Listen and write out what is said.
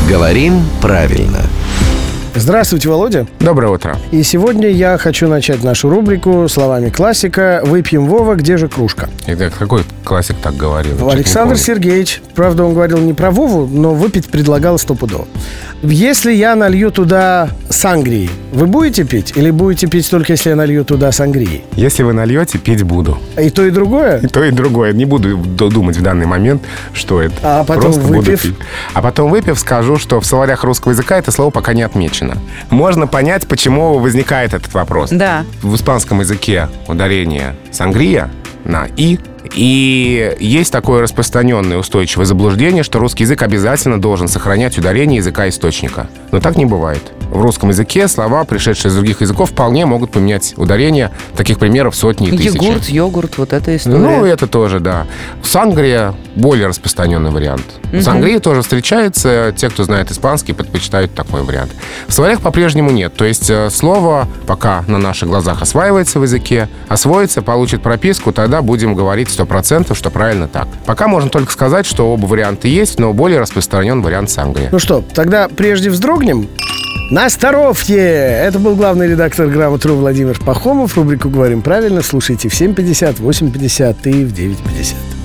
Говорим правильно. Здравствуйте, Володя. Доброе утро. И сегодня я хочу начать нашу рубрику словами классика «Выпьем, Вова, где же кружка?». Это какой классик так говорил? Александр Сергеевич. Правда, он говорил не про Вову, но выпить предлагал стопудово. Если я налью туда сангрии, вы будете пить? Или будете пить только если я налью туда сангрии? Если вы нальете, пить буду. И то, и другое? И то, и другое. Не буду думать в данный момент, что это. А потом Просто буду выпив? пить. А потом выпив, скажу, что в словарях русского языка это слово пока не отмечено. Можно понять, почему возникает этот вопрос. Да. В испанском языке ударение «сангрия» на «и». И есть такое распространенное устойчивое заблуждение, что русский язык обязательно должен сохранять ударение языка источника. Но так не бывает. В русском языке слова, пришедшие из других языков, вполне могут поменять ударение. Таких примеров сотни и тысячи. Йогурт, йогурт, вот эта история. Ну, это тоже, да. Сангрия – более распространенный вариант. Сангрия тоже встречается. Те, кто знает испанский, предпочитают такой вариант. В словарях по-прежнему нет. То есть слово пока на наших глазах осваивается в языке, освоится, получит прописку, тогда будем говорить 100%, что правильно так. Пока можно только сказать, что оба варианта есть, но более распространен вариант сангрия. Ну что, тогда прежде вздрогнем. На здоровье! Это был главный редактор «Грамотру» Владимир Пахомов. Рубрику «Говорим правильно» слушайте в 7:50, 8:50 и в 9:50.